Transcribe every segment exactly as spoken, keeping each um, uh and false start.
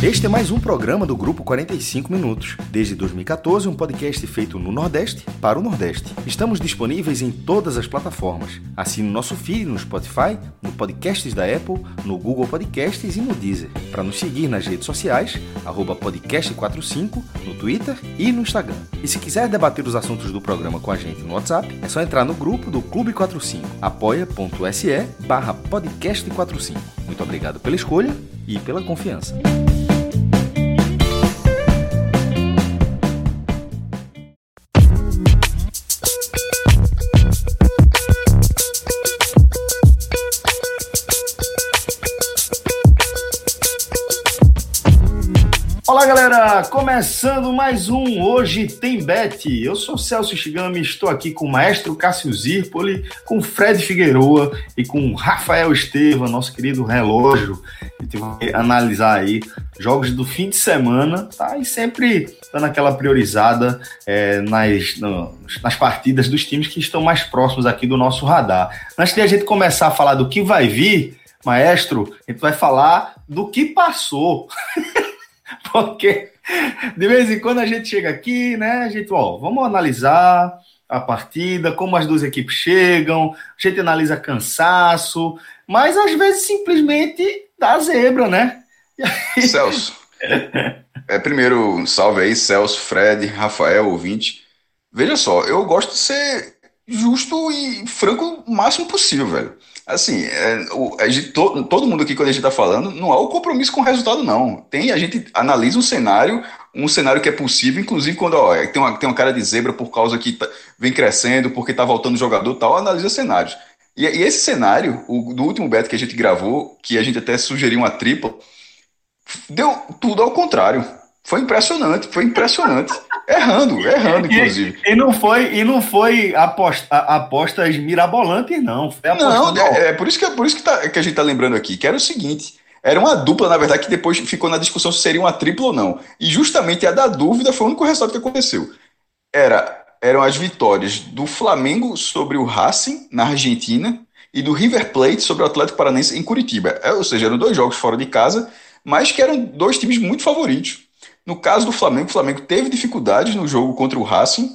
Este é mais um programa do Grupo quarenta e cinco Minutos. Desde dois mil e catorze, um podcast feito no Nordeste para o Nordeste. Estamos disponíveis em todas as plataformas. Assine o nosso feed no Spotify, no Podcasts da Apple, no Google Podcasts e no Deezer. Para nos seguir nas redes sociais, arroba podcast quarenta e cinco, no Twitter e no Instagram. E se quiser debater os assuntos do programa com a gente no WhatsApp, é só entrar no grupo do Clube quarenta e cinco, apoia.se barra podcast quarenta e cinco. Muito obrigado pela escolha e pela confiança. Olá galera, começando mais um Hoje Tem Bet. Eu sou Celso Shigami, estou aqui com o maestro Cássio Zirpoli, com Fred Figueroa e com Rafael Estevam, nosso querido relógio. A gente vai analisar aí jogos do fim de semana, tá? E sempre dando aquela priorizada é, nas, no, nas partidas dos times que estão mais próximos aqui do nosso radar. Antes de a gente começar a falar do que vai vir, maestro, a gente vai falar do que passou. Porque de vez em quando a gente chega aqui, né? A gente, ó, vamos analisar a partida, como as duas equipes chegam, a gente analisa cansaço, mas às vezes simplesmente dá zebra, né? Celso, é, primeiro, um salve aí, Celso, Fred, Rafael, ouvinte. Veja só, eu gosto de ser justo e franco o máximo possível, velho. Assim, é, o, a gente, to, todo mundo aqui, quando a gente tá falando, não há o compromisso com o resultado, não. Tem, a gente analisa um cenário, um cenário que é possível, inclusive quando ó, tem, uma, tem uma cara de zebra por causa que tá, vem crescendo, porque tá voltando jogador e tal, analisa cenários. E, e esse cenário, o, do último bet que a gente gravou, que a gente até sugeriu uma tripla, deu tudo ao contrário. Foi impressionante, foi impressionante. Errando, errando, inclusive. E, e não foi, e não foi aposta, apostas mirabolantes, não. Foi não, é, é por isso, que, é por isso que, tá, que a gente tá lembrando aqui, que era o seguinte, era uma dupla, na verdade, que depois ficou na discussão se seria uma tripla ou não. E justamente a da dúvida foi o único resultado que aconteceu. Era, eram as vitórias do Flamengo sobre o Racing, na Argentina, e do River Plate sobre o Atlético Paranaense em Curitiba. É, ou seja, eram dois jogos fora de casa, mas que eram dois times muito favoritos. No caso do Flamengo, o Flamengo teve dificuldades no jogo contra o Racing.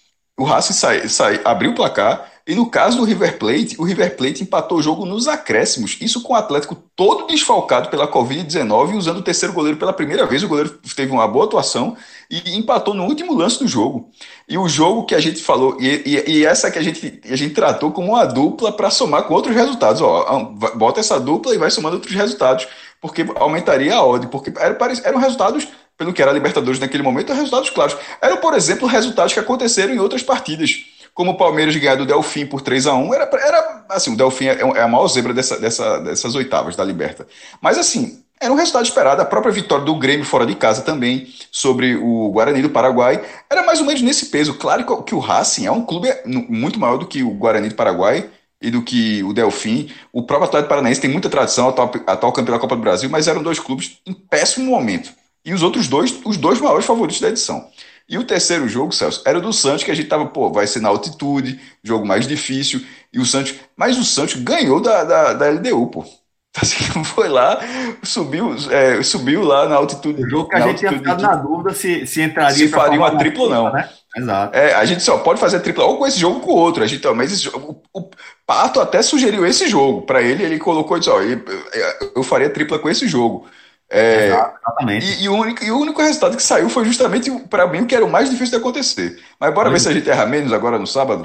O Racing sai, sai, abriu o placar. E no caso do River Plate, o River Plate empatou o jogo nos acréscimos. Isso com o Atlético todo desfalcado pela covid dezenove e usando o terceiro goleiro pela primeira vez. O goleiro teve uma boa atuação e empatou no último lance do jogo. E o jogo que a gente falou, e, e, e essa que a gente, a gente tratou como uma dupla para somar com outros resultados. Ó, bota essa dupla e vai somando outros resultados, porque aumentaria a odd. Porque eram, eram resultados... pelo que era a Libertadores naquele momento, eram resultados claros. Eram, por exemplo, resultados que aconteceram em outras partidas, como o Palmeiras ganhar do Delfim por três a um, era, era assim, o Delfim é, é a maior zebra dessa, dessa, dessas oitavas da Liberta. Mas assim, era um resultado esperado. A própria vitória do Grêmio fora de casa também, sobre o Guarani do Paraguai, era mais ou menos nesse peso. Claro que o Racing é um clube muito maior do que o Guarani do Paraguai e do que o Delfim. O próprio Atlético Paranaense tem muita tradição, atual, atual campeão da Copa do Brasil, mas eram dois clubes em péssimo momento. E os outros dois, os dois maiores favoritos da edição. E o terceiro jogo, Celso, era o do Santos, que a gente tava, pô, vai ser na altitude, jogo mais difícil, e o Santos, mas o Santos ganhou da, da, da L D U, pô. Assim, foi lá, subiu, é, subiu lá na altitude. O jogo que a gente tinha ficado na dúvida se, se entraria se faria uma tripla ou não. Né? Exato. É, a gente só pode fazer tripla ou com esse jogo ou com o outro. A gente, mas esse jogo, o, o Pato até sugeriu esse jogo para ele, ele colocou e disse, ó, eu, eu faria tripla com esse jogo. É, exatamente. E, e, o único, e o único resultado que saiu foi justamente para mim o que era o mais difícil de acontecer. Mas bora Oi. ver se a gente erra menos agora no sábado.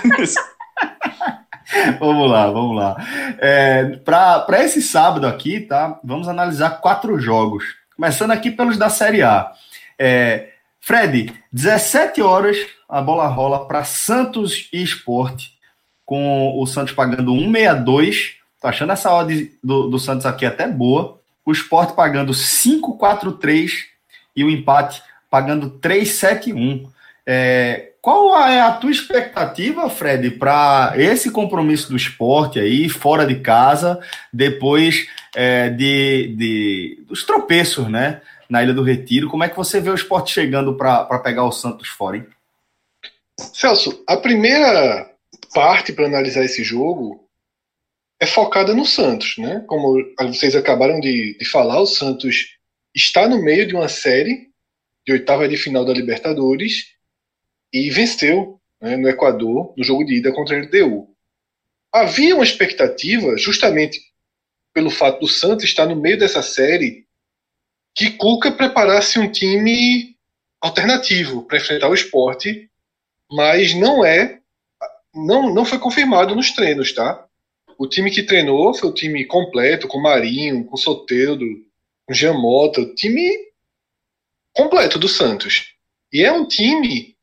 Vamos lá, vamos lá. É, para esse sábado aqui, tá? Vamos analisar quatro jogos. Começando aqui pelos da Série A. É, Fred, dezessete horas a bola rola para Santos e Sport, com o Santos pagando um vírgula sessenta e dois. Tô achando essa odd do, do Santos aqui até boa. O Sport pagando cinco vírgula quarenta e três e o empate pagando três vírgula setenta e um. É, qual é a tua expectativa, Fred, para esse compromisso do Sport aí, fora de casa, depois é, de, de, dos tropeços, né, na Ilha do Retiro? Como é que você vê o Sport chegando para pegar o Santos fora, hein? Celso, a primeira parte para analisar esse jogo é focada no Santos, né? Como vocês acabaram de, de falar, o Santos está no meio de uma série de oitava de final da Libertadores e venceu, né, no Equador, no jogo de ida contra a L D U. Havia uma expectativa, justamente pelo fato do Santos estar no meio dessa série, que Cuca preparasse um time alternativo para enfrentar o Sport, mas não é, não, não foi confirmado nos treinos, tá? O time que treinou foi o time completo, com Marinho, com Soteldo, com Jean Mota, o time completo do Santos. E é um time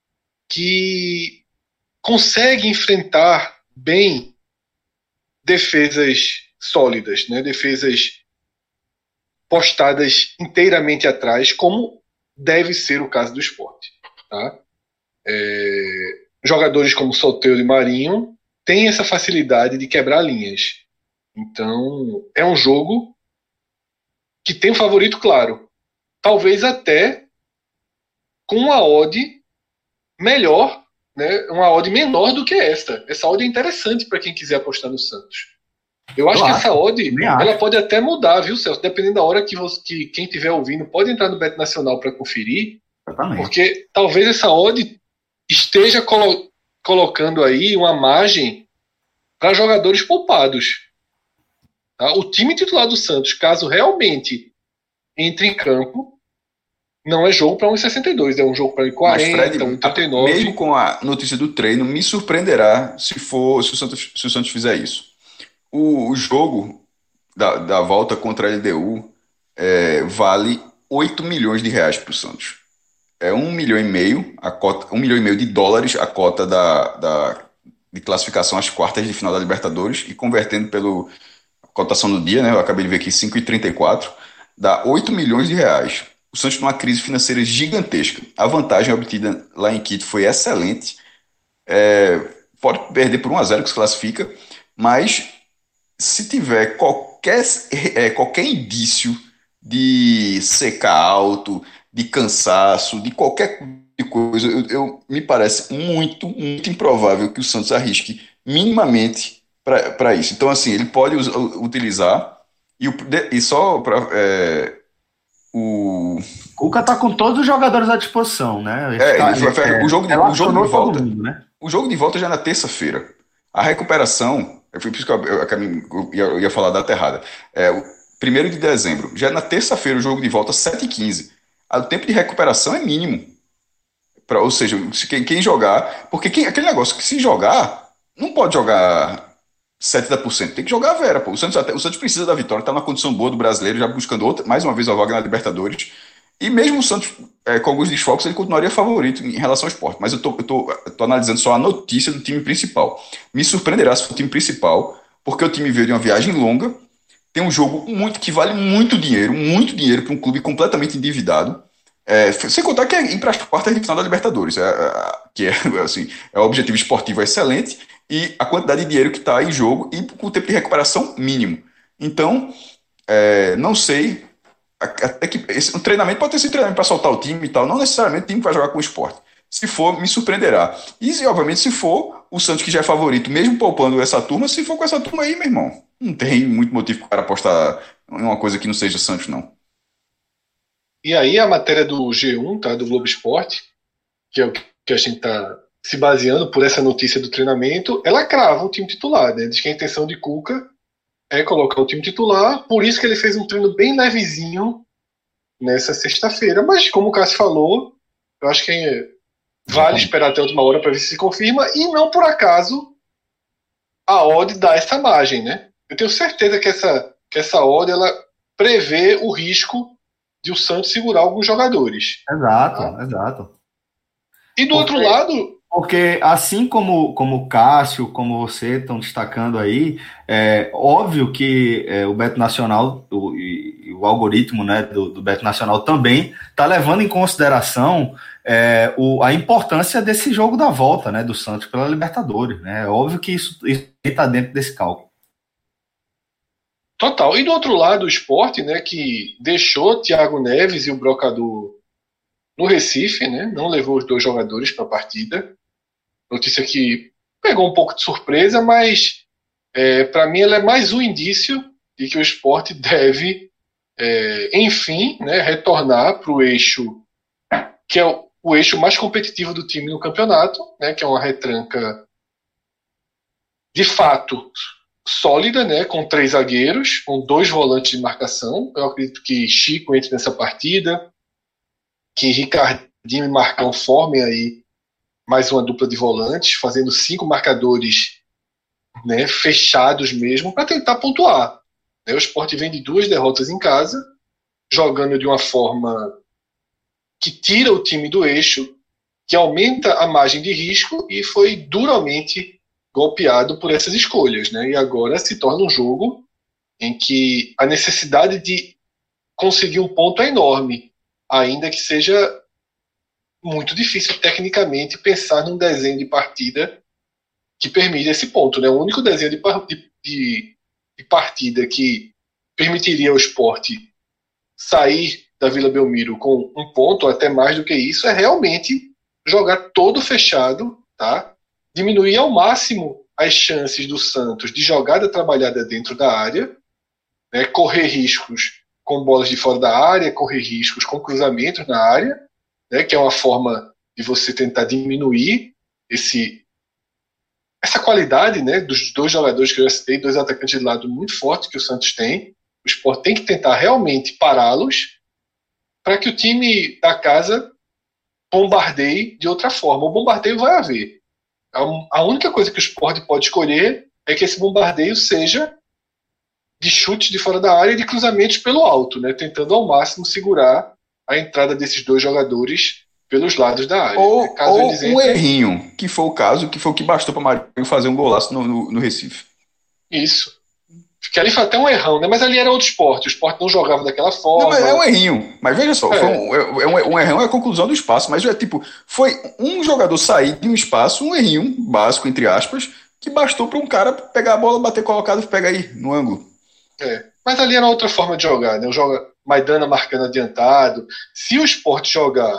que consegue enfrentar bem defesas sólidas, né? Defesas postadas inteiramente atrás, como deve ser o caso do Sport. Tá? É... Jogadores como Soteldo e Marinho têm essa facilidade de quebrar linhas. Então, é um jogo que tem um favorito claro. Talvez até com uma odd melhor, né? Uma odd menor do que esta. Essa odd é interessante para quem quiser apostar no Santos. Eu acho eu que acho, essa odd ela acho. pode até mudar, viu, Celso? Dependendo da hora que, você, que quem estiver ouvindo pode entrar no Bet Nacional para conferir. Exatamente. Porque talvez essa odd esteja colo- colocando aí uma margem para jogadores poupados. Tá? O time titular do Santos, caso realmente entre em campo, não é jogo para um e sessenta e dois, é um jogo para um e quarenta, um e trinta e nove. Mesmo com a notícia do treino, me surpreenderá se, for, se, o, Santos, se o Santos fizer isso. O, o jogo da, da volta contra a L D U é, vale oito milhões de reais para o Santos. É um milhão e meio, a cota, um milhão e meio de dólares a cota da, da, de classificação às quartas de final da Libertadores, e convertendo pela cotação do dia, né, eu acabei de ver aqui, cinco e trinta e quatro, dá oito milhões de reais. O Santos numa crise financeira gigantesca. A vantagem obtida lá em Quito foi excelente. É, pode perder por um a zero que se classifica, mas se tiver qualquer, é, qualquer indício de secar alto, de cansaço, de qualquer coisa, eu, eu, me parece muito, muito improvável que o Santos arrisque minimamente para isso. Então, assim, ele pode us, utilizar, e, o, e só para... É, o Cuca tá com todos os jogadores à disposição, né? É, tá, ele, é, o jogo de, o jogo de volta, mundo, né? O jogo de volta já é na terça-feira. A recuperação, eu fui por isso que eu, eu, eu, ia, eu ia falar da data errada. É, o primeiro de dezembro, já é na terça-feira o jogo de volta, sete e quinze. O tempo de recuperação é mínimo. Pra, ou seja, se, quem, quem jogar, porque quem, aquele negócio que se jogar, não pode jogar setenta por cento, tem que jogar a Vera. Pô. O, Santos, o Santos precisa da vitória, está numa condição boa do brasileiro, já buscando outra, mais uma vez a vaga na Libertadores. E mesmo o Santos, é, com alguns desfalques, ele continuaria favorito em relação ao Sport. Mas eu tô, eu, tô, eu tô analisando só a notícia do time principal. Me surpreenderá se for o time principal, porque o time veio de uma viagem longa, tem um jogo muito que vale muito dinheiro, muito dinheiro para um clube completamente endividado. É, sem contar que é ir para as quartas de final da Libertadores, é, é, que é, assim, é um objetivo esportivo excelente, e a quantidade de dinheiro que está em jogo e com o tempo de recuperação mínimo. Então, é, não sei... Até que esse, um treinamento pode ter sido treinamento para soltar o time e tal, não necessariamente o time que vai jogar com o Sport. Se for, me surpreenderá. E, obviamente, se for o Santos, que já é favorito, mesmo poupando essa turma, se for com essa turma aí, meu irmão, não tem muito motivo para o cara apostar em uma coisa que não seja Santos, não. E aí a matéria do G um, tá, do Globo Esporte, que é o que a gente está se baseando por essa notícia do treinamento, ela crava o time titular, né? Diz que a intenção de Cuca é colocar o time titular, por isso que ele fez um treino bem levezinho nessa sexta-feira. Mas, como o Cássio falou, eu acho que vale esperar até a última hora para ver se se confirma, e não por acaso a odd dá essa margem, né? Eu tenho certeza que essa, que essa odd ela prevê o risco de o Santos segurar alguns jogadores. Exato, tá? Exato. E do Porque... outro lado... Porque assim como, como o Cássio, como você estão destacando aí, é óbvio que é, o Beto Nacional, o, e, o algoritmo, né, do, do Beto Nacional também está levando em consideração é, o, a importância desse jogo da volta, né, do Santos pela Libertadores. Né? É óbvio que isso está dentro desse cálculo. Total. E do outro lado, o Sport, né, que deixou Thiago Neves e o Brocador no Recife, né, não levou os dois jogadores para a partida. Notícia que pegou um pouco de surpresa, mas é, para mim ela é mais um indício de que o Sport deve é, enfim, né, retornar para o eixo que é o, o eixo mais competitivo do time no campeonato, né, que é uma retranca de fato sólida, né, com três zagueiros, com dois volantes de marcação. Eu acredito que Chico entre nessa partida, que Ricardinho e Marcão formem aí mais uma dupla de volantes, fazendo cinco marcadores, né, fechados mesmo, para tentar pontuar. Né, o Sport vem de duas derrotas em casa, jogando de uma forma que tira o time do eixo, que aumenta a margem de risco e foi duramente golpeado por essas escolhas, né? E agora se torna um jogo em que a necessidade de conseguir um ponto é enorme, ainda que seja muito difícil tecnicamente pensar num desenho de partida que permita esse ponto, né? O único desenho de, de, de partida que permitiria ao Sport sair da Vila Belmiro com um ponto, ou até mais do que isso, é realmente jogar todo fechado, tá? Diminuir ao máximo as chances do Santos de jogada trabalhada dentro da área, né? Correr riscos com bolas de fora da área, correr riscos com cruzamentos na área, né? Que é uma forma de você tentar diminuir esse, essa qualidade, né? Dos dois jogadores que eu já citei, dois atacantes de lado muito fortes que o Santos tem. O Sport tem que tentar realmente pará-los para que o time da casa bombardeie de outra forma. O bombardeio vai haver. A única coisa que o Sport pode escolher é que esse bombardeio seja de chutes de fora da área e de cruzamentos pelo alto, né? Tentando ao máximo segurar a entrada desses dois jogadores pelos lados da área. Ou, né? Caso ou eles um entrem... errinho, que foi o caso, que foi o que bastou para Marinho fazer um golaço no, no, no Recife. Isso. Que ali foi até um errão, né? Mas ali era outro esporte. O Sport não jogava daquela forma. Não, mas é um errinho. Mas veja só, É. Foi um, é um, um errão é a conclusão do espaço. Mas é tipo, foi um jogador sair de um espaço, um errinho básico, entre aspas, que bastou para um cara pegar a bola, bater colocado e pegar aí no ângulo. É. Mas ali era outra forma de jogar, né? O joga Maidana marcando adiantado. Se o Sport jogar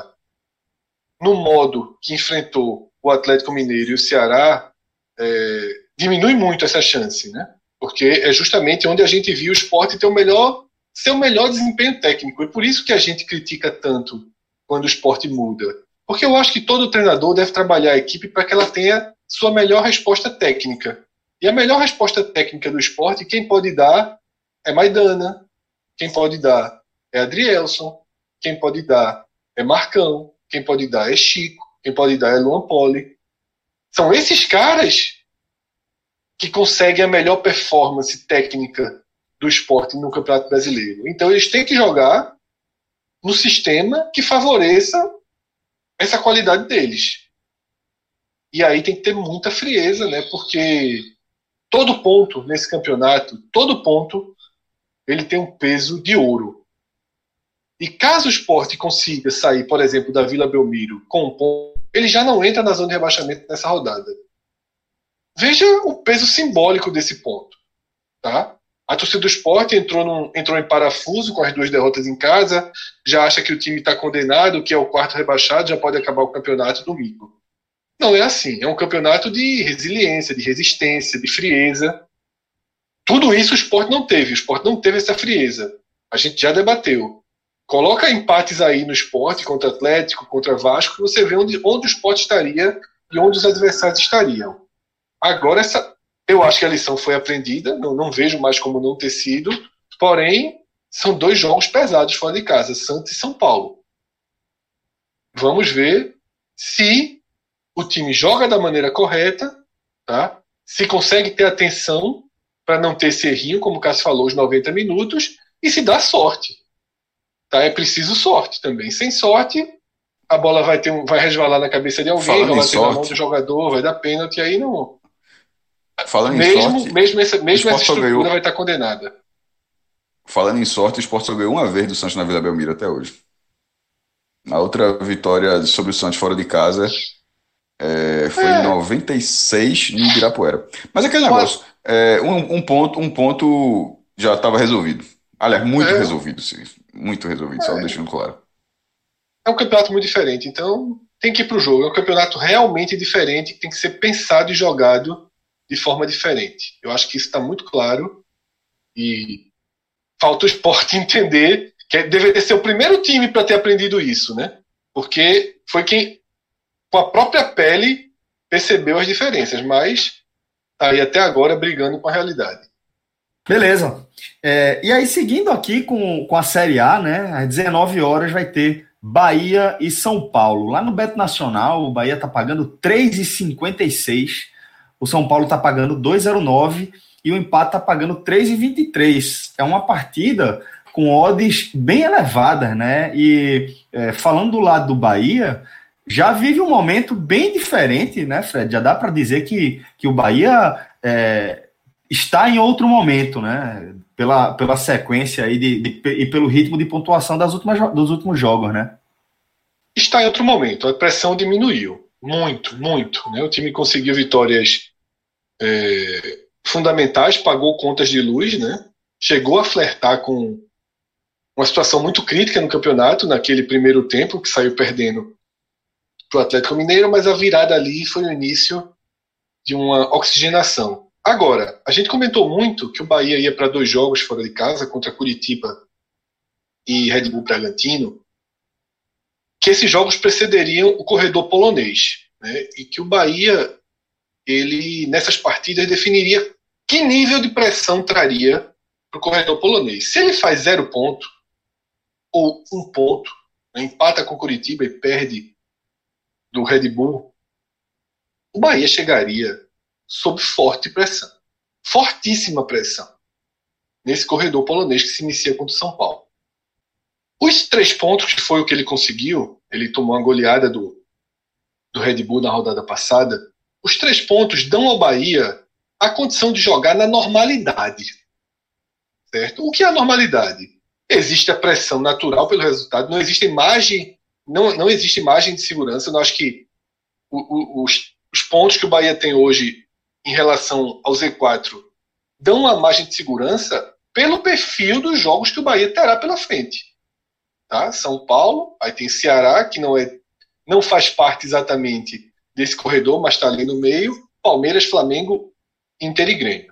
no modo que enfrentou o Atlético Mineiro e o Ceará, é, diminui muito essa chance, né? Porque é justamente onde a gente viu o Sport ter o melhor, seu melhor desempenho técnico. E por isso que a gente critica tanto quando o Sport muda. Porque eu acho que todo treinador deve trabalhar a equipe para que ela tenha sua melhor resposta técnica. E a melhor resposta técnica do Sport, quem pode dar é Maidana, quem pode dar é Adrielson, quem pode dar é Marcão, quem pode dar é Chico, quem pode dar é Luan Poli. São esses caras que conseguem a melhor performance técnica do Sport no Campeonato Brasileiro. Então eles têm que jogar no sistema que favoreça essa qualidade deles. E aí tem que ter muita frieza, né? Porque todo ponto nesse campeonato, todo ponto, ele tem um peso de ouro. E caso o Sport consiga sair, por exemplo, da Vila Belmiro com um ponto, ele já não entra na zona de rebaixamento nessa rodada. Veja o peso simbólico desse ponto. Tá? A torcida do Sport entrou, num, entrou em parafuso com as duas derrotas em casa, já acha que o time está condenado, que é o quarto rebaixado, já pode acabar o campeonato domingo. Não é assim. É um campeonato de resiliência, de resistência, de frieza. Tudo isso o Sport não teve. O Sport não teve essa frieza. A gente já debateu. Coloca empates aí no Sport, contra Atlético, contra Vasco, que você vê onde, onde o Sport estaria e onde os adversários estariam. Agora, essa, eu acho que a lição foi aprendida, não, não vejo mais como não ter sido, porém, são dois jogos pesados fora de casa, Santos e São Paulo. Vamos ver se o time joga da maneira correta, tá? Se consegue ter atenção para não ter esse errinho, como o Cássio falou, os noventa minutos, e se dá sorte. Tá? É preciso sorte também. Sem sorte, a bola vai, ter um, vai resvalar na cabeça de alguém, Falando vai em bater na mão sorte. do jogador, vai dar pênalti, aí não... Falando em Mesmo, sorte, mesmo essa, o mesmo Sport essa só estrutura ganhou- vai estar condenada. falando em sorte, o Sport só ganhou uma vez do Santos na Vila Belmiro até hoje. A outra vitória sobre o Santos fora de casa é, foi É. em noventa e seis no Ibirapuera. Mas aquele Só- negócio, é, um, um ponto, um ponto já estava resolvido. Aliás, muito É. resolvido, sim. Muito resolvido, só É. deixando claro. É um campeonato muito diferente, então tem que ir para o jogo. É um campeonato realmente diferente, que tem que ser pensado e jogado de forma diferente. Eu acho que isso está muito claro e falta o Sport entender que deveria ser o primeiro time para ter aprendido isso, né? Porque foi quem, com a própria pele, percebeu as diferenças, mas tá aí até agora brigando com a realidade. Beleza. É, e aí, seguindo aqui com, com a Série A, né? Às dezenove horas vai ter Bahia e São Paulo. Lá no Beto Nacional, o Bahia tá pagando três reais e cinquenta e seis, o São Paulo tá pagando dois reais e nove e o empate tá pagando três reais e vinte e três. É uma partida com odds bem elevadas, né? E é, falando do lado do Bahia, já vive um momento bem diferente, né, Fred? Já dá para dizer que, que o Bahia é, está em outro momento, né? Pela, pela sequência aí de, de, e pelo ritmo de pontuação das últimas, dos últimos jogos, né? Está em outro momento. A pressão diminuiu. Muito, muito. Né? O time conseguiu vitórias é, fundamentais, pagou contas de luz, né? Chegou a flertar com uma situação muito crítica no campeonato, naquele primeiro tempo, que saiu perdendo para o Atlético Mineiro, mas a virada ali foi o início de uma oxigenação. Agora, a gente comentou muito que o Bahia ia para dois jogos fora de casa, contra Curitiba e Red Bull Bragantino, que esses jogos precederiam o corredor polonês, né? E que o Bahia, ele nessas partidas, definiria que nível de pressão traria para o corredor polonês. Se ele faz zero ponto, ou um ponto, né, empata com Curitiba e perde do Red Bull, o Bahia chegaria sob forte pressão, fortíssima pressão, nesse corredor polonês que se inicia contra o São Paulo. Os três pontos, que foi o que ele conseguiu, ele tomou uma goleada do, do Red Bull na rodada passada, os três pontos dão ao Bahia a condição de jogar na normalidade. Certo? O que é a normalidade? Existe a pressão natural pelo resultado, não existe margem, não, não existe margem de segurança. Eu acho que o, o, os, os pontos que o Bahia tem hoje em relação ao Z quatro dão uma margem de segurança pelo perfil dos jogos que o Bahia terá pela frente. Tá? São Paulo, aí tem Ceará, que não, é, não faz parte exatamente desse corredor, mas está ali no meio, Palmeiras, Flamengo, Inter e Grêmio.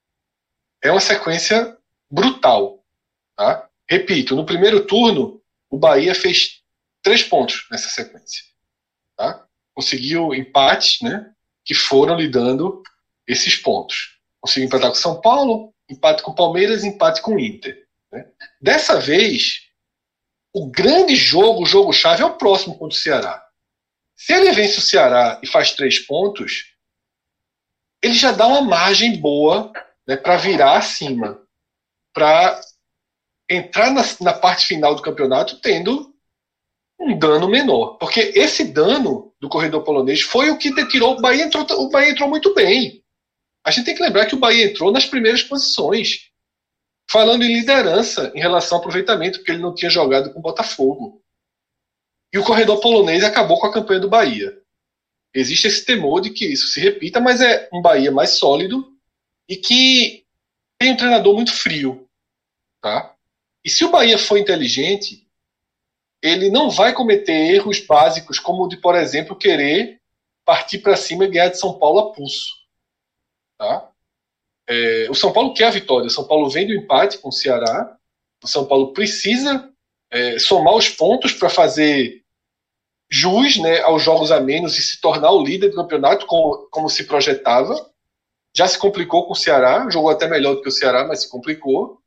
É uma sequência brutal. Tá? Repito, no primeiro turno, o Bahia fez três pontos nessa sequência. Tá? Conseguiu empates, né, que foram lhe dando esses pontos. Conseguiu empatar com São Paulo, empate com Palmeiras, empate com Inter. Né? Dessa vez, o grande jogo, o jogo-chave, é o próximo contra o Ceará. Se ele vence o Ceará e faz três pontos, ele já dá uma margem boa, né, para virar acima, para entrar na, na parte final do campeonato tendo um dano menor. Porque esse dano do corredor polonês foi o que tirou o Bahia. Entrou, o Bahia entrou muito bem. A gente tem que lembrar que o Bahia entrou nas primeiras posições, falando em liderança em relação ao aproveitamento, porque ele não tinha jogado com o Botafogo. E o corredor polonês acabou com a campanha do Bahia. Existe esse temor de que isso se repita, mas é um Bahia mais sólido e que tem um treinador muito frio. Tá? E se o Bahia for inteligente, ele não vai cometer erros básicos, como o de, por exemplo, querer partir para cima e ganhar de São Paulo a pulso. Tá? É, o São Paulo quer a vitória. O São Paulo vem do empate com o Ceará. O São Paulo precisa é, somar os pontos para fazer jus, né, aos jogos a menos e se tornar o líder do campeonato como, como se projetava. Já se complicou com o Ceará. Jogou até melhor do que o Ceará, mas se complicou.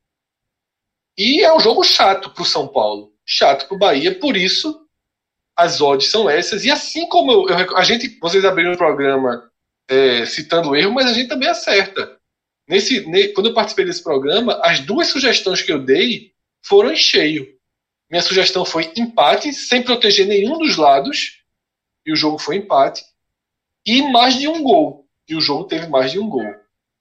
E é um jogo chato para o São Paulo. Chato para o Bahia. Por isso, as odds são essas. E assim como eu, eu, a gente, vocês abriram o programa é, citando o erro, mas a gente também acerta. Nesse, ne, quando eu participei desse programa, as duas sugestões que eu dei foram em cheio. Minha sugestão foi empate, sem proteger nenhum dos lados, e o jogo foi empate, e mais de um gol, e o jogo teve mais de um gol.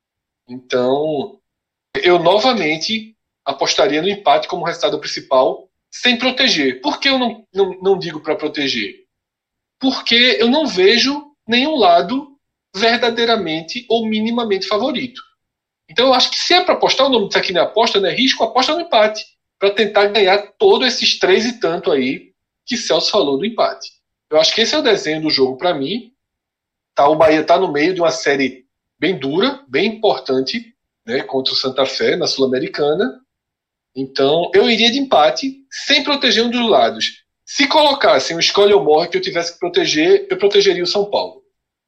Então, eu novamente apostaria no empate como resultado principal, sem proteger. Por que eu não, não, não digo para proteger? Porque eu não vejo nenhum lado verdadeiramente ou minimamente favorito. Então eu acho que se é para apostar, o nome disso aqui não é aposta, não é risco, aposta no empate, para tentar ganhar todos esses três e tanto aí que Celso falou do empate. Eu acho que esse é o desenho do jogo para mim. Tá, o Bahia está no meio de uma série bem dura, bem importante, né, contra o Santa Fé na Sul-Americana. Então, eu iria de empate, sem proteger um dos lados. Se colocassem um escolhe ou morre que eu tivesse que proteger, eu protegeria o São Paulo.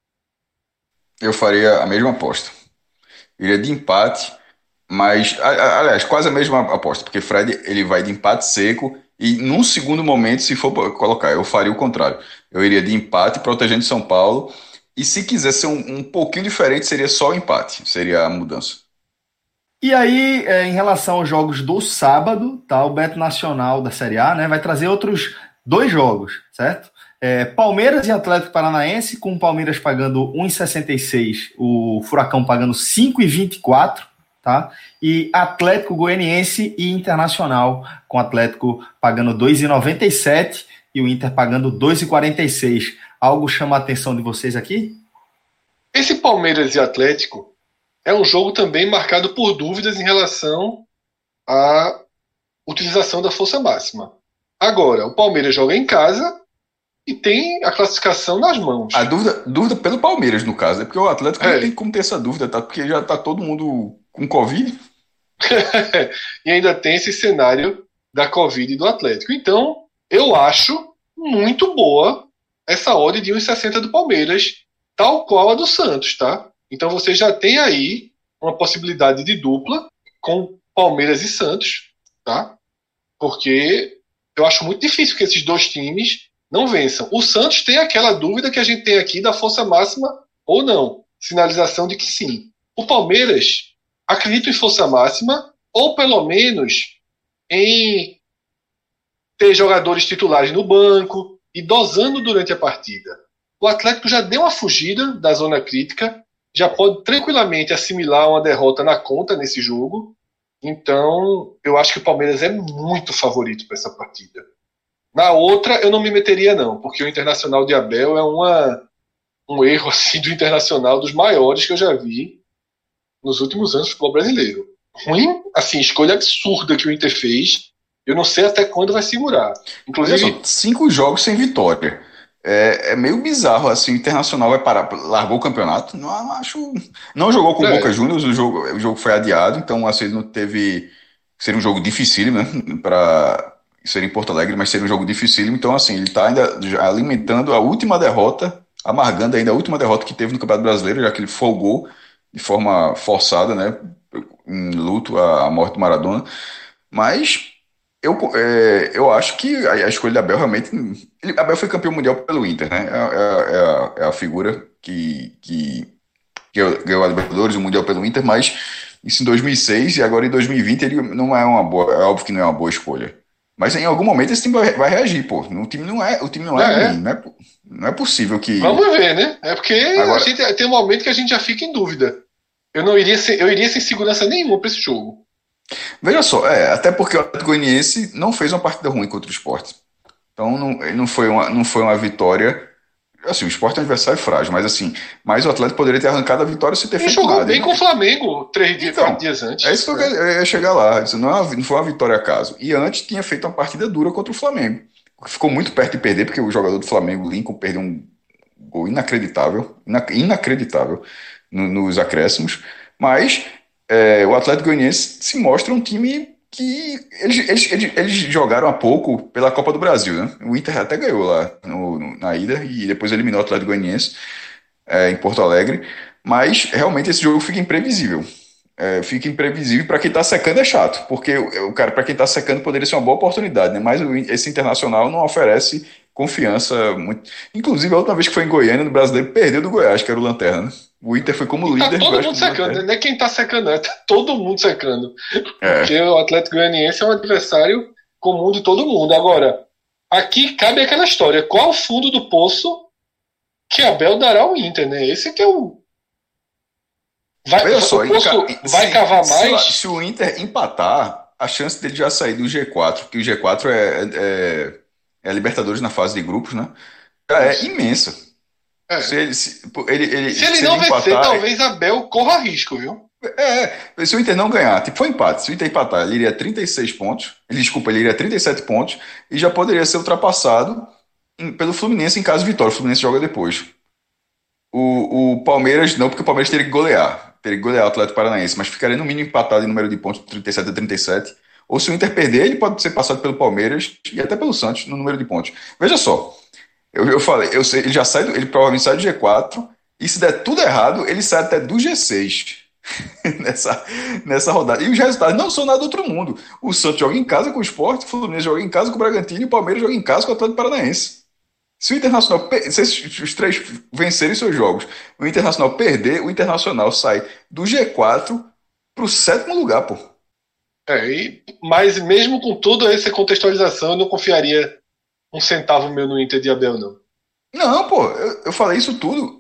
Eu faria a mesma aposta. Iria de empate, mas, a- a- aliás, quase a mesma aposta, porque Fred ele vai de empate seco e num segundo momento, se for pra colocar, eu faria o contrário. Eu iria de empate protegendo São Paulo e se quiser ser um, um pouquinho diferente, seria só o empate, seria a mudança. E aí, é, em relação aos jogos do sábado, tá, o Beto Nacional da Série A, né, vai trazer outros dois jogos, certo? É, Palmeiras e Atlético Paranaense, com o Palmeiras pagando um e sessenta e seis, o Furacão pagando cinco e vinte e quatro, tá? E Atlético Goianiense e Internacional, com o Atlético pagando dois e noventa e sete e o Inter pagando dois e quarenta e seis. Algo chama a atenção de vocês aqui? Esse Palmeiras e Atlético é um jogo também marcado por dúvidas em relação à utilização da força máxima. Agora, o Palmeiras joga em casa e tem a classificação nas mãos. A dúvida, dúvida pelo Palmeiras, no caso, é porque o Atlético É. não tem como ter essa dúvida, tá? Porque já tá todo mundo com Covid. E ainda tem esse cenário da Covid do Atlético. Então, eu acho muito boa essa odd de um e sessenta do Palmeiras, tal qual a do Santos, tá? Então você já tem aí uma possibilidade de dupla com Palmeiras e Santos, tá? Porque eu acho muito difícil que esses dois times não vençam. O Santos tem aquela dúvida que a gente tem aqui da força máxima ou não. Sinalização de que sim. O Palmeiras acredita em força máxima ou pelo menos em ter jogadores titulares no banco e dosando durante a partida. O Atlético já deu uma fugida da zona crítica, já pode tranquilamente assimilar uma derrota na conta nesse jogo. Então, eu acho que o Palmeiras é muito favorito para essa partida. Na outra, eu não me meteria não, porque o Internacional de Abel é uma, um erro assim, do Internacional dos maiores que eu já vi nos últimos anos do futebol brasileiro. Ruim, assim, escolha absurda que o Inter fez. Eu não sei até quando vai segurar. Inclusive, Olha só, cinco jogos sem vitória. É, é meio bizarro, assim, o Internacional vai parar, largou o campeonato, não acho, não jogou com o É. Boca Juniors, o jogo, o jogo foi adiado, então assim, ele não teve, seria um jogo dificílimo, né, para ser em Porto Alegre, mas seria um jogo dificílimo, então assim, ele está ainda já alimentando a última derrota, amargando ainda a última derrota que teve no Campeonato Brasileiro, já que ele folgou de forma forçada, né, em luto a, a morte do Maradona, mas eu, é, eu acho que a, a escolha da Abel realmente. Ele, Abel foi campeão mundial pelo Inter, né? É, é- é a, é a figura que, que, que ganhou a Libertadores, o Mundial pelo Inter, mas isso em dois mil e seis e agora em dois mil e vinte ele não é uma boa. É óbvio que não é uma boa escolha. Mas em algum momento esse time vai, vai reagir, pô. O time não é, o time não é É. ruim. Não é, po- não é possível que. vamos ver, né? É porque Agora- a gente tem um momento que a gente já fica em dúvida. Eu não iria, sem, eu iria sem segurança nenhuma para esse jogo. Veja só, é, até porque o Atlético Goianiense não fez uma partida ruim contra o Sport. Então não, ele não foi uma, não foi uma vitória. Assim, o Sport é um adversário frágil, mas assim, mas o Atlético poderia ter arrancado a vitória sem ter Ele feito jogou nada. bem Ele com o Flamengo três dias, Então, quatro dias antes. É isso que eu, queria- eu ia chegar lá. Isso não, é uma- não foi uma vitória acaso. E antes tinha feito uma partida dura contra o Flamengo. Ficou muito perto de perder, porque o jogador do Flamengo, Lincoln, perdeu um gol inacreditável. ina- Inacreditável no- nos acréscimos. Mas é, o Atlético Goianiense se mostra um time que eles, eles, eles, eles jogaram há pouco pela Copa do Brasil, né? O Inter até ganhou lá no- no- na ida e depois eliminou o Atlético Goianiense é, em Porto Alegre. Mas realmente esse jogo fica imprevisível. É, fica imprevisível para quem está secando é chato, porque o, o cara para quem está secando poderia ser uma boa oportunidade, né? Mas o, esse Internacional não oferece confiança muito. Inclusive a última vez que foi em Goiânia no Brasileiro perdeu do Goiás, que era o Lanterna, né? O Inter foi como Tá líder. todo Goiás mundo como secando, lanterna. não é quem tá secando, é tá todo mundo secando. É. Porque o Atlético Goianiense é um adversário comum de todo mundo. Agora, aqui cabe aquela história: qual o fundo do poço que Abel dará ao Inter, né? Esse que é o. Vai, Veja só, o poço enca- vai se- cavar se, mais? se o Inter empatar, a chance dele já sair do G quatro, porque o G quatro é, é, é a Libertadores na fase de grupos, né? Já é Isso. imensa. É. Se ele, se, ele, ele, Se ele se não ele vencer, empatar, talvez Abel corra risco, viu? É, se o Inter não ganhar, tipo, foi empate. Se o Inter empatar, ele iria trinta e seis pontos. Ele, desculpa, ele iria trinta e sete pontos e já poderia ser ultrapassado em- pelo Fluminense em caso de vitória. O Fluminense joga depois. O, o Palmeiras, não, porque o Palmeiras teria que golear. Teria que golear o Atlético Paranaense, mas ficaria no mínimo empatado em número de pontos, trinta e sete a trinta e sete. Ou se o Inter perder, ele pode ser passado pelo Palmeiras e até pelo Santos no número de pontos. Veja só, eu, eu falei, eu sei, ele já sai, do, ele provavelmente sai do G quatro, e se der tudo errado, ele sai até do G seis nessa, nessa rodada. E os resultados não são nada do outro mundo. O Santos joga em casa com o Sport, o Fluminense joga em casa com o Bragantino e o Palmeiras joga em casa com o Atlético Paranaense. Se o Internacional, se esses, os três vencerem seus jogos, o Internacional perder, o Internacional sai do G quatro para o sétimo lugar, pô. É, e, mas mesmo com toda essa contextualização, eu não confiaria um centavo meu no Inter de Abel, não. Não, pô, eu, eu falei isso tudo.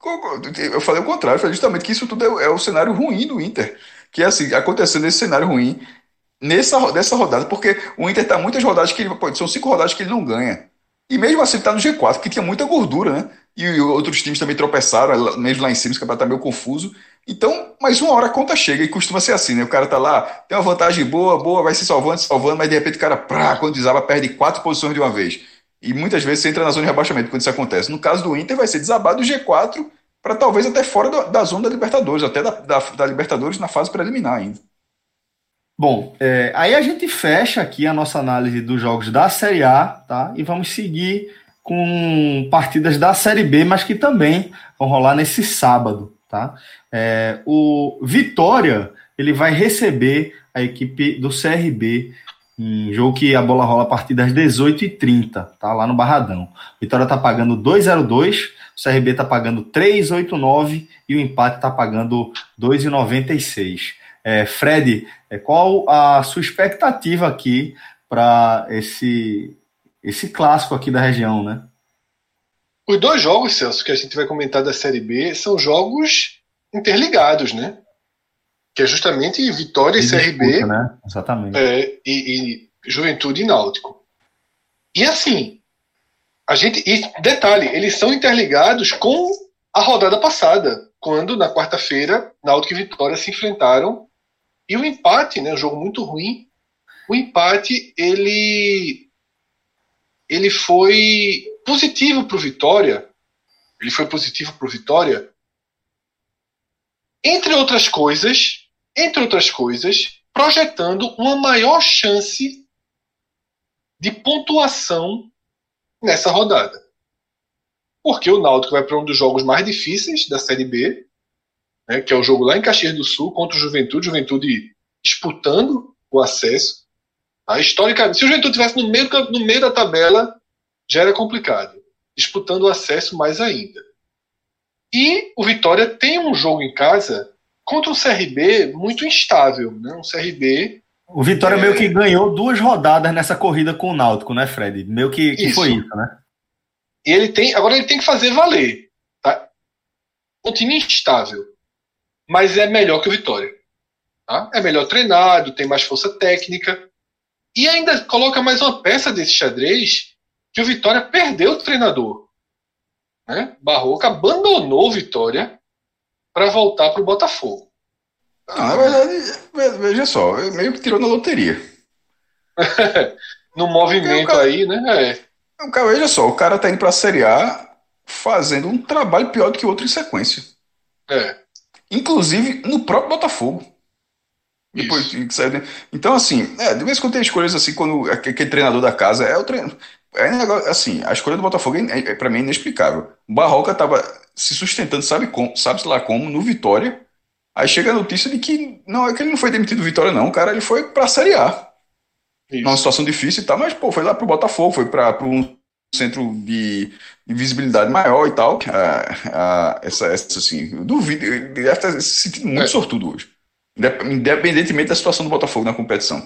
Eu falei o contrário, eu falei justamente que isso tudo é, é o cenário ruim do Inter. Que é assim, acontecendo esse cenário ruim nessa, nessa rodada, porque o Inter tá muitas rodadas que ele. Pô, são cinco rodadas que ele não ganha. E mesmo assim ele tá no G quatro, que tinha muita gordura, né? E, e outros times também tropeçaram, mesmo lá em cima, esse campeonato tá meio confuso. Então, mas uma hora a conta chega e costuma ser assim, né? O cara tá lá, tem uma vantagem boa, boa, vai se salvando, se salvando, mas de repente o cara, prá, quando desaba, perde quatro posições de uma vez. E muitas vezes você entra na zona de rebaixamento quando isso acontece. No caso do Inter, vai ser desabado do G quatro para talvez até fora da, da zona da Libertadores, até da, da, da Libertadores na fase preliminar ainda. Bom, é, aí a gente fecha aqui a nossa análise dos jogos da Série A, tá? E vamos seguir com partidas da Série B, mas que também vão rolar nesse sábado, tá? É, o Vitória, ele vai receber a equipe do C R B, um jogo que a bola rola a partir das dezoito e trinta, tá? Lá no Barradão. Vitória tá pagando dois vírgula zero dois, o C R B tá pagando três vírgula oitenta e nove e o empate tá pagando dois vírgula noventa e seis. É, Fred, qual a sua expectativa aqui para esse, esse clássico aqui da região, né? Os dois jogos, Celso, que a gente vai comentar da Série B são jogos interligados, né? Que é justamente Vitória e, e C R B, disputa, né? Exatamente. É, e, e Juventude e Náutico. E assim, a gente, e detalhe, eles são interligados com a rodada passada, quando na quarta-feira Náutico e Vitória se enfrentaram. E o empate, né, um jogo muito ruim, o empate ele, ele foi positivo para o Vitória, ele foi positivo para o Vitória, entre outras coisas, entre outras coisas, projetando uma maior chance de pontuação nessa rodada. Porque o Náutico vai para um dos jogos mais difíceis da Série B, né, que é o jogo lá em Caxias do Sul contra o Juventude, Juventude disputando o acesso. Tá? Historicamente, se o Juventude estivesse no meio, no meio da tabela, já era complicado. Disputando o acesso mais ainda. E o Vitória tem um jogo em casa contra um C R B muito instável. Né? Um C R B... O Vitória é... meio que ganhou duas rodadas nessa corrida com o Náutico, né, Fred? Meio que, que isso. foi isso, né? E ele tem, agora ele tem que fazer valer. Tá? Um time instável. Mas é melhor que o Vitória. Tá? É melhor treinado, tem mais força técnica. E ainda coloca mais uma peça desse xadrez que o Vitória perdeu o treinador. Né? Barroca abandonou o Vitória para voltar para o Botafogo. Não, na verdade, veja só, meio que tirou na loteria. No movimento cara, aí, né? É. O cara, veja só, o cara tá indo para a Série A fazendo um trabalho pior do que o outro em sequência. É. Inclusive no próprio Botafogo. Depois, então, assim, é, de vez em quando tem escolhas assim, quando aquele treinador da casa é o treinador. É negócio, assim, a escolha do Botafogo é, é, para mim é inexplicável. O Barroca tava se sustentando, sabe como, sabe lá como, no Vitória. Aí chega a notícia de que não é que ele não foi demitido do Vitória, não. O cara ele foi pra Série A. Isso. Numa situação difícil e tal, mas pô, foi lá pro Botafogo, foi para um centro de, de visibilidade maior e tal. Ah, ah, essa, essa, assim, eu duvido, ele deve estar se sentindo muito é. sortudo hoje. Independentemente da situação do Botafogo na competição.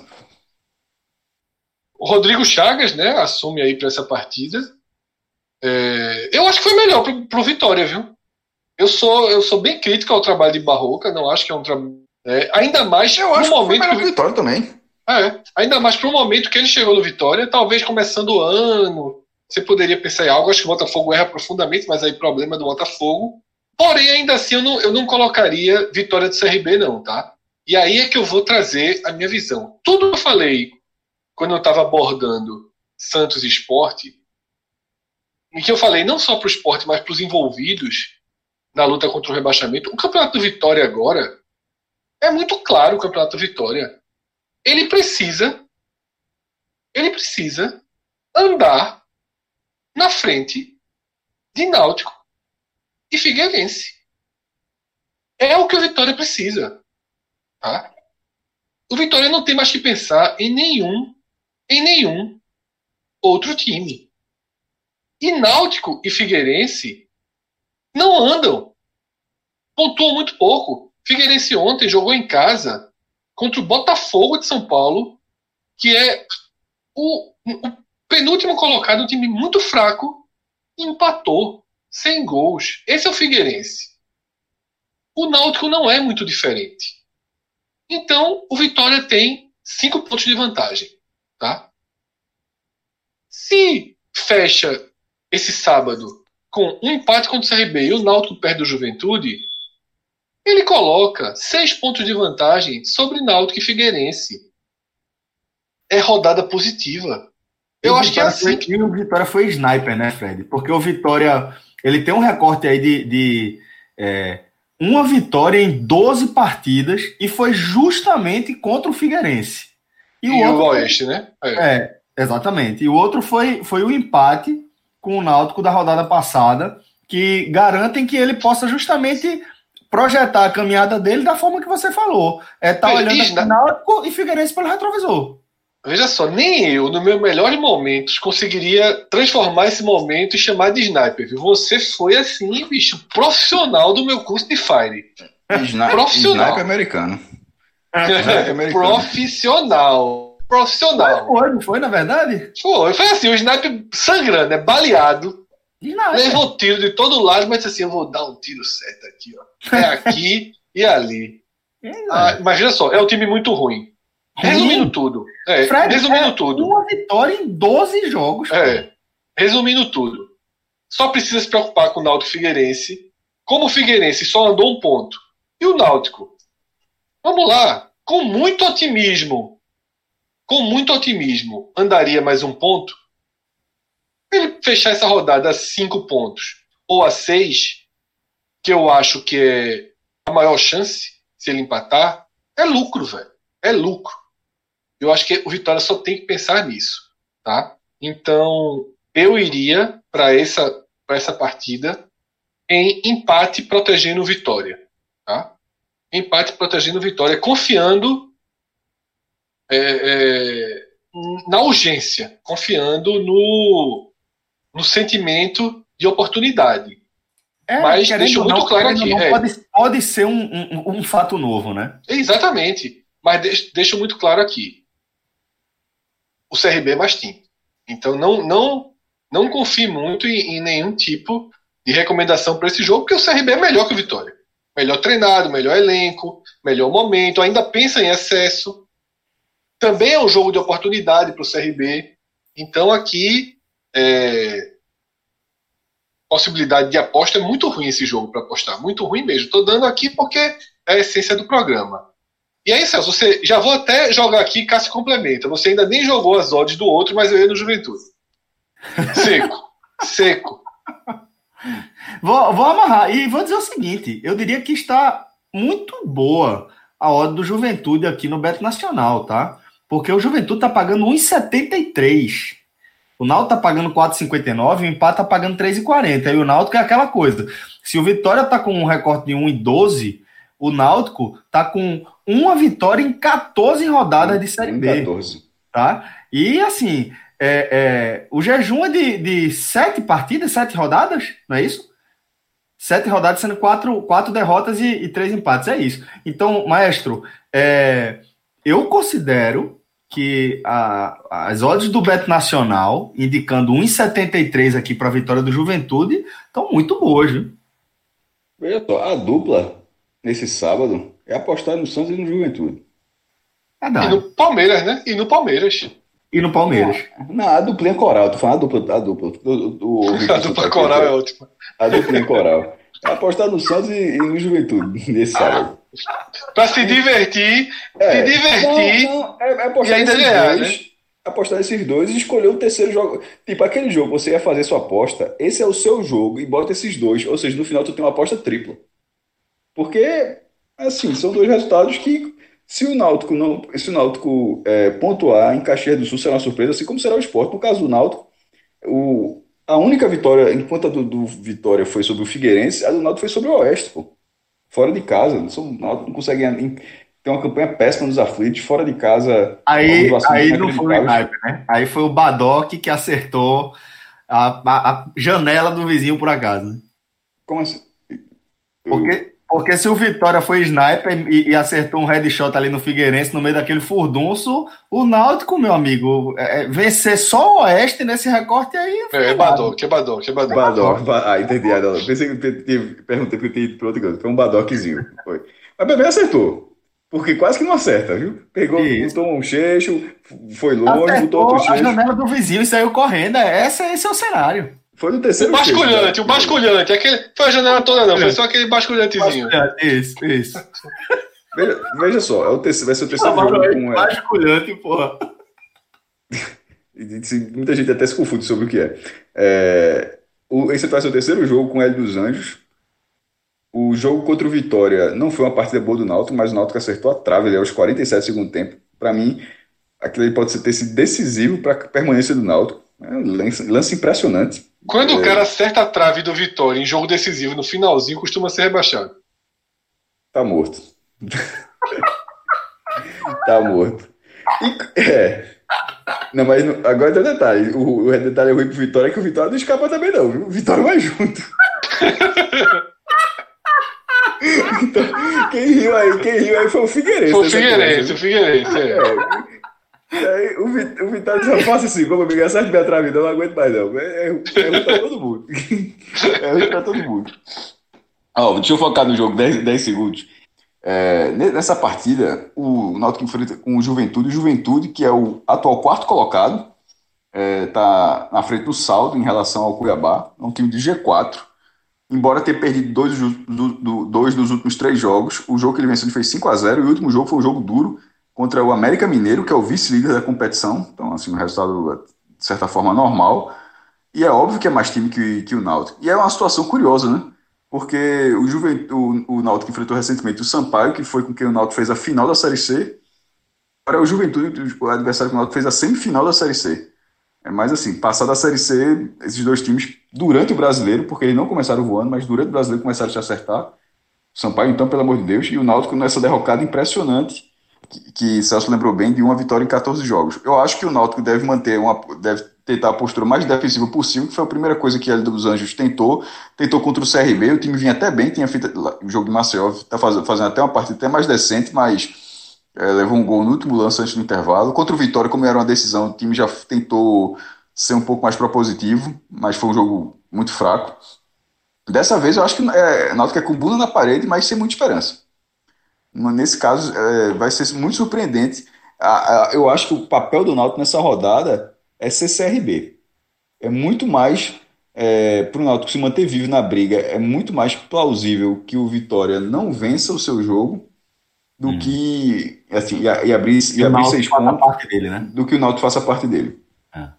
O Rodrigo Chagas, né, assume aí para essa partida. É, eu acho que foi melhor pro, pro Vitória, viu? Eu sou, eu sou bem crítico ao trabalho de Barroca, não acho que é um trabalho. É, ainda mais eu acho no momento que foi melhor que o Vitória também. É, ainda mais pro momento que ele chegou no Vitória, talvez começando o ano. Você poderia pensar em algo, acho que o Botafogo erra profundamente, mas aí problema do Botafogo. Porém, ainda assim, eu não, eu não colocaria vitória do C R B, não, tá? E aí é que eu vou trazer a minha visão. Tudo que eu falei quando eu estava abordando Santos e Sport, em que eu falei não só para o Sport, mas para os envolvidos na luta contra o rebaixamento, o Campeonato do Vitória agora é muito claro o Campeonato do Vitória. ele precisa, ele precisa andar na frente de Náutico e Figueirense. É o que o Vitória precisa. Tá? O Vitória não tem mais que pensar em nenhum, em nenhum outro time. E Náutico e Figueirense não andam. Pontuam muito pouco. Figueirense ontem jogou em casa contra o Botafogo de São Paulo, que é o, o penúltimo colocado, um time muito fraco, e empatou sem gols. Esse é o Figueirense. O Náutico não é muito diferente. Então, o Vitória tem cinco pontos de vantagem. Tá? Se fecha esse sábado com um empate contra o C R B e o Náutico perde o Juventude, ele coloca seis pontos de vantagem sobre Náutico e Figueirense. É rodada positiva. Eu acho que é assim. Foi, o Vitória foi sniper, né, Fred? Porque o Vitória, ele tem um recorte aí de, de é, uma vitória em doze partidas e foi justamente contra o Figueirense. E, e o, outro o Oeste, foi, né? É. é, exatamente. E o outro foi, foi o empate com o Náutico da rodada passada, que garantem que ele possa justamente projetar a caminhada dele da forma que você falou. É estar tá olhando o Náutico e Figueirense pelo retrovisor. Veja só, nem eu, nos meus melhores momentos, conseguiria transformar esse momento e chamar de sniper. Viu? Você foi, assim, bicho, profissional do meu curso de Fire. Sniper, profissional. Sniper americano. Sniper americano. Profissional. Profissional. Foi, não foi, na verdade? Foi. Foi assim, o sniper sangrando, né? Baleado. Levou tiro de todo lado, mas assim, eu vou dar um tiro certo aqui, ó. É aqui e ali. É, ah, mas veja só, é um time muito ruim. Resumindo Sim. tudo. É, Fred, resumindo é tudo. Uma vitória em doze jogos. É, resumindo tudo. Só precisa se preocupar com o Náutico Figueirense. Como o Figueirense só andou um ponto. E o Náutico? Vamos lá. Com muito otimismo. Com muito otimismo. Andaria mais um ponto? Ele fechar essa rodada a cinco pontos. Ou a seis, que eu acho que é a maior chance, se ele empatar, é lucro, velho. É lucro. Eu acho que o Vitória só tem que pensar nisso, tá? Então, eu iria para essa, para essa partida em empate protegendo o Vitória, tá? Empate protegendo o Vitória, confiando é, é, na urgência, confiando no, no sentimento de oportunidade. É, Mas deixo muito não, claro aqui. Não, é, pode, pode ser um, um, um fato novo, né? Exatamente. Mas deixo, deixo muito claro aqui. O C R B é mais time. Então não, não, não confie muito em, em nenhum tipo de recomendação para esse jogo, porque o C R B é melhor que o Vitória. Melhor treinado, melhor elenco, melhor momento, ainda pensa em excesso. Também é um jogo de oportunidade para o C R B. Então aqui é, possibilidade de aposta é muito ruim esse jogo para apostar. Muito ruim mesmo. Estou dando aqui porque é a essência do programa. E aí, Celso, você, já vou até jogar aqui, Cássio complementa. Você ainda nem jogou as odds do outro, mas eu ia no Juventude. Seco. Seco. Vou, vou amarrar. E vou dizer o seguinte, eu diria que está muito boa a odd do Juventude aqui no Beto Nacional, tá? Porque o Juventude está pagando um vírgula setenta e três. O Náutico está pagando quatro vírgula cinquenta e nove, o empate está pagando três vírgula quarenta. E o Náutico é aquela coisa. Se o Vitória está com um recorte de um vírgula doze, o Náutico está com uma vitória em quatorze rodadas de Série B. quatorze. Tá? E assim, é, é, o jejum é de, de sete partidas, sete rodadas, não é isso? Sete rodadas sendo quatro, quatro derrotas e, e três empates, é isso. Então, maestro, é, eu considero que a, as odds do Beto Nacional, indicando um vírgula setenta e três aqui para a vitória do Juventude, estão muito boas, viu? Veja só, a dupla nesse sábado é apostar no Santos e no Juventude. É e no Palmeiras, né? E no Palmeiras. E no Palmeiras. Não, a duplinha coral, tô falando a dupla. A dupla, o, o, a dupla coral é ótima. A duplinha coral. É apostar no Santos e, e no Juventude nesse sábado. Pra se divertir, é, se divertir. Não, não, é, é apostar e ainda nesses ganhar, dois, né? Apostar nesses dois e escolher o terceiro jogo. Tipo, aquele jogo, você ia fazer sua aposta, esse é o seu jogo e bota esses dois. Ou seja, no final tu tem uma aposta tripla. Porque, assim, são dois resultados que Se o Náutico, não, se o Náutico é, pontuar em Caxias do Sul, será uma surpresa, assim como será o Sport. No caso do Náutico, o, a única vitória, enquanto a do, do Vitória foi sobre o Figueirense, a do Náutico foi sobre o Oeste, pô. Fora de casa. O Náutico não consegue ter uma campanha péssima nos aflitos, fora de casa. Aí, aí não foi o sniper, né? Aí foi o Badoc que acertou a, a, a janela do vizinho por acaso. Né? Como assim? Porque, porque se o Vitória foi sniper e, e acertou um headshot ali no Figueirense, no meio daquele furdunço, o Náutico, meu amigo, é, vencer só o Oeste nesse recorte aí... É, é Badoc, é Badoc, é Badoc. Badoc, ah, entendi. Pensei que perguntei porque eu tinha ido para outro canto. Foi um Badoczinho. Foi. Mas bem acertou. Porque quase que não acerta, viu? Pegou, isso. Botou um cheixo, foi longe, acertou botou outro cheixo. A janela do vizinho e saiu correndo. Essa, esse é o cenário. Foi no terceiro. O basculhante, cheixo, o basculhante. Aquele, foi a janela toda, não. Foi só aquele basculhantezinho. Isso, isso. Veja, veja só, é o terceiro, vai ser o terceiro não, jogo. Com, basculhante, porra. Muita gente até se confunde sobre o que é. é o, esse vai ser o terceiro jogo com o Hélio dos Anjos. O jogo contra o Vitória não foi uma partida boa do Náutico, mas o Náutico acertou a trave ali aos quarenta e sete do segundo tempo. Para mim, aquilo ali pode ter sido decisivo para a permanência do Náutico. É um lance, lance impressionante. Quando é... o cara acerta a trave do Vitória em jogo decisivo, no finalzinho, costuma ser rebaixado. Tá morto. Tá morto. E, é... Não, mas agora tem um detalhe. O, o detalhe ruim pro Vitória é que o Vitória não escapa também não, viu? O Vitória vai junto. Então, quem riu aí, quem riu aí foi o Figueirense. Foi o Figueirense, o Figueirense, é. é. Aí, o, Vit, o Vitória já passa assim, como amigo, essa minha trave, não aguento mais não. É, é ruim pra todo mundo. É ruim pra todo mundo. Ó, deixa eu focar no jogo, dez segundos. É, nessa partida, o Náutico enfrenta com o Juventude, o Juventude, que é o atual quarto colocado, está é, na frente do saldo em relação ao Cuiabá, é um time de G quatro. Embora tenha perdido dois, do, do, dois dos últimos três jogos, o jogo que ele venceu ele fez cinco a zero, e o último jogo foi um jogo duro contra o América Mineiro, que é o vice-líder da competição. Então, assim, um resultado, de certa forma, normal. E é óbvio que é mais time que, que o Náutico. E é uma situação curiosa, né? Porque o, Juventude, o, o Náutico enfrentou recentemente o Sampaio, que foi com quem o Náutico fez a final da Série C. Agora, o Juventude, o adversário que o Náutico fez a semifinal da Série C. É mais assim, passar da Série C, esses dois times, durante o Brasileiro, porque eles não começaram voando, mas durante o Brasileiro começaram a se acertar. O Sampaio, então, pelo amor de Deus, e o Náutico nessa derrocada impressionante, que, que Celso lembrou bem, de uma vitória em catorze jogos. Eu acho que o Náutico deve manter uma, deve tentar a postura mais defensiva possível, que foi a primeira coisa que a Hélio dos Anjos tentou, tentou contra o C R B, o time vinha até bem, tinha feito o jogo de Maceió, está fazendo, fazendo até uma partida até mais decente, mas... É, levou um gol no último lance antes do intervalo. Contra o Vitória, como era uma decisão, o time já tentou ser um pouco mais propositivo, mas foi um jogo muito fraco. Dessa vez eu acho que é, Náutico é com bunda na parede, mas sem muita esperança. Nesse caso, é, vai ser muito surpreendente. A, a, eu acho que o papel do Náutico nessa rodada é ser C R B. É muito mais, é, para o Náutico se manter vivo na briga, é muito mais plausível que o Vitória não vença o seu jogo do hum. que assim, e, e abrir, e abrir seis pontos parte dele, né? do que o Náutico faça parte dele. É.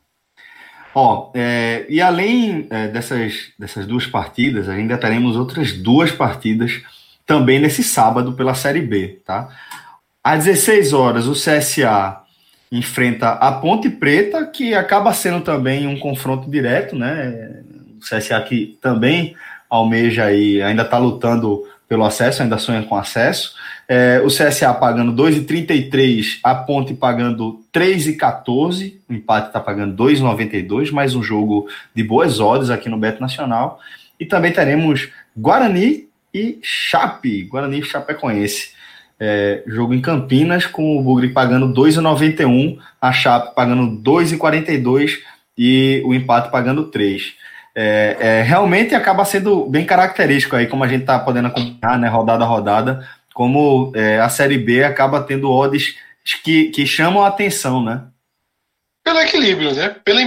Ó, é, e além é, dessas, dessas duas partidas, ainda teremos outras duas partidas também nesse sábado pela Série B, tá? Às dezesseis horas, o C S A enfrenta a Ponte Preta, que acaba sendo também um confronto direto, né? O C S A que também almeja aí, ainda está lutando pelo acesso, ainda sonha com acesso. É, o C S A pagando dois reais e trinta e três, a Ponte pagando três reais e quatorze, o empate está pagando dois reais e noventa e dois, mais um jogo de boas odds aqui no Beto Nacional. E também teremos Guarani e Chape, Guarani e Chapecoense. É, jogo em Campinas, com o Bugre pagando dois reais e noventa e um, a Chape pagando dois reais e quarenta e dois e o empate pagando três. É, é, realmente acaba sendo bem característico aí, como a gente está podendo acompanhar, né, rodada a rodada, como é, a Série B acaba tendo odds que, que chamam a atenção, né? Pelo equilíbrio, né? Pela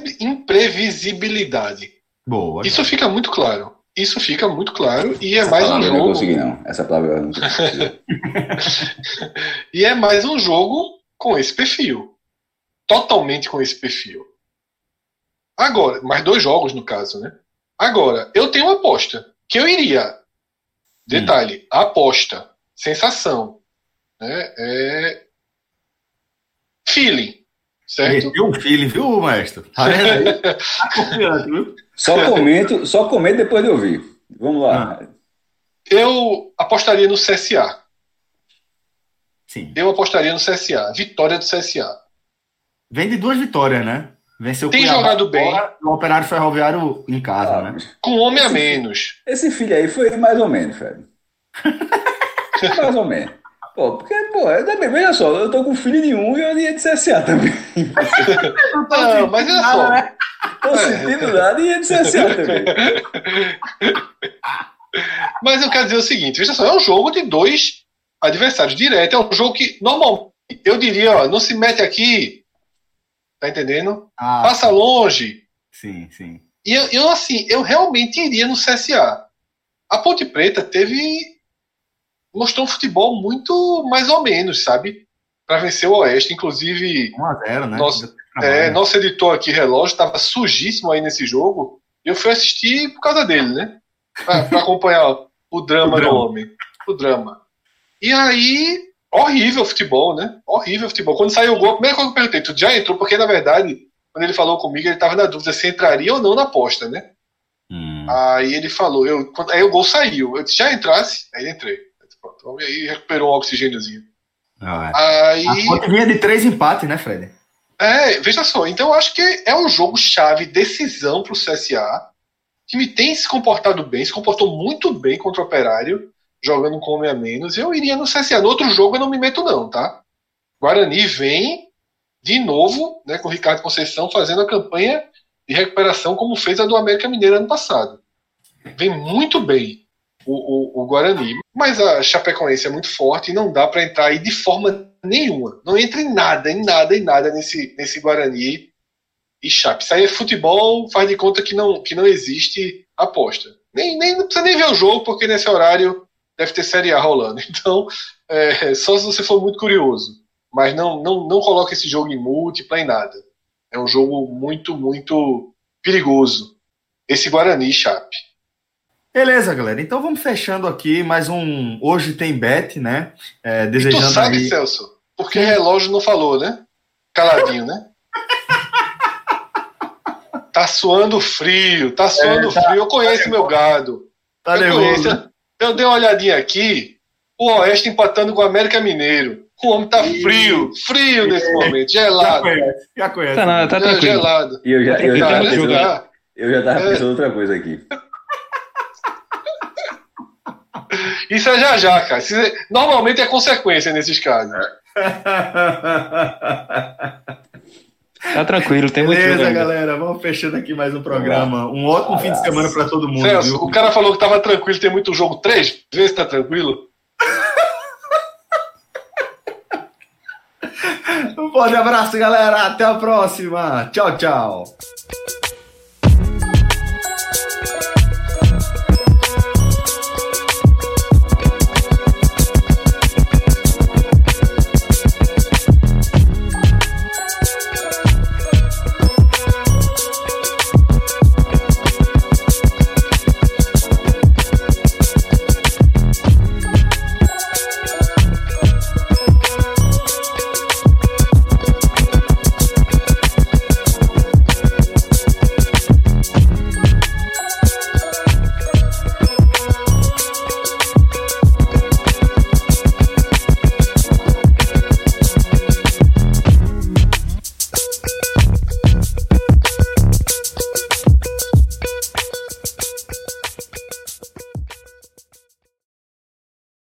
imprevisibilidade. Boa. Isso fica muito claro. Isso fica muito claro e é Essa mais um jogo. jogo. Não consegui, não. Essa palavra eu não consegui. E é mais um jogo com esse perfil. Totalmente com esse perfil. Agora, mais dois jogos no caso, né? Agora, eu tenho uma aposta que eu iria. Detalhe, hum. aposta, sensação. né, é feeling, certo? Tem um feeling, viu, maestro? Tá vendo aí? Tá confiante, viu? Só comento, só comento depois de ouvir. Vamos lá. Ah. Eu apostaria no C S A. Sim. Eu apostaria no C S A. Vitória do C S A. Vem de duas vitórias, né? Venceu Tem Cuiabá jogado bem. fora e o Operário Ferroviário em casa, Ah, né? Com um homem a Esse menos. Esse filho aí foi mais ou menos, Fred. Mais ou menos. Pô, porque, pô, eu também, veja só, eu tô com filho de um e eu ia de C S A também. Não, mas olha só. né? Tô sentindo nada e ia de C S A também. Mas eu quero dizer o seguinte, veja só, é um jogo de dois adversários direto. É um jogo que, normalmente, eu diria, ó, não se mete aqui, tá entendendo? Ah, Passa longe. sim, sim. E eu, eu, assim, eu realmente iria no C S A. A Ponte Preta teve... mostrou um futebol muito mais ou menos, sabe? Para vencer o Oeste. Inclusive, um a zero, né? nosso, é, nosso editor aqui, Relógio, estava sujíssimo aí nesse jogo. E eu fui assistir por causa dele, né? Para acompanhar o drama O do drama. homem. O drama. E aí, horrível futebol, né? Horrível futebol. Quando saiu o gol, a primeira coisa que eu perguntei, tu já entrou? Porque, na verdade, quando ele falou comigo, ele estava na dúvida se entraria ou não na aposta, né? Hum. Aí ele falou, eu, quando, aí o gol saiu. Eu disse, já entrasse? Aí ele entrei. Pronto, aí recuperou um oxigêniozinho. Ah, Aí, é. A Ponte vinha de três empates, né, Fred? é, veja só, então eu acho que é um jogo chave, decisão para o C S A. O time tem se comportado bem, se comportou muito bem contra o Operário, jogando com homem a menos. Eu iria no C S A. No outro jogo eu não me meto não, tá? Guarani vem de novo, né, com o Ricardo Conceição fazendo a campanha de recuperação como fez a do América Mineiro ano passado. Vem muito bem o, o, o Guarani. Mas a Chapecoense é muito forte e não dá para entrar aí de forma nenhuma. Não entra em nada, em nada, em nada nesse, nesse Guarani e Chape. Isso aí é futebol, faz de conta que não, que não existe aposta. Nem, nem, não precisa nem ver o jogo, porque nesse horário deve ter Série A rolando. Então, é, só se você for muito curioso. Mas não, não, não coloque esse jogo em múltipla, em nada. É um jogo muito, muito perigoso. Esse Guarani e Chape. Beleza, galera. Então vamos fechando aqui mais um Hoje Tem Bet, né? É, E desejando tu sabe, aí... Celso, porque relógio não falou, né? Caladinho, né? Tá suando frio, tá suando É, tá- frio. Eu conheço meu gado. Tá eu nervoso. conheço. Eu dei uma olhadinha aqui, o Oeste empatando com o América Mineiro. O homem tá frio, frio nesse momento, Já gelado. conhece, já conhece. Tá nada, tá É, tranquilo. gelado. E eu já, eu já Tá, tava né? pensando, Tá. eu já tava É. pensando outra coisa aqui. Isso é já já, cara. Isso é- Normalmente é consequência nesses casos. Tá tranquilo, tem muito jogo Beleza, ainda. galera. Vamos fechando aqui mais um programa. Um ótimo fim de semana para todo mundo, Celso, viu? o cara falou que tava tranquilo, tem muito jogo. Três vezes tá tranquilo. Um forte abraço, galera. Até a próxima. Tchau, tchau.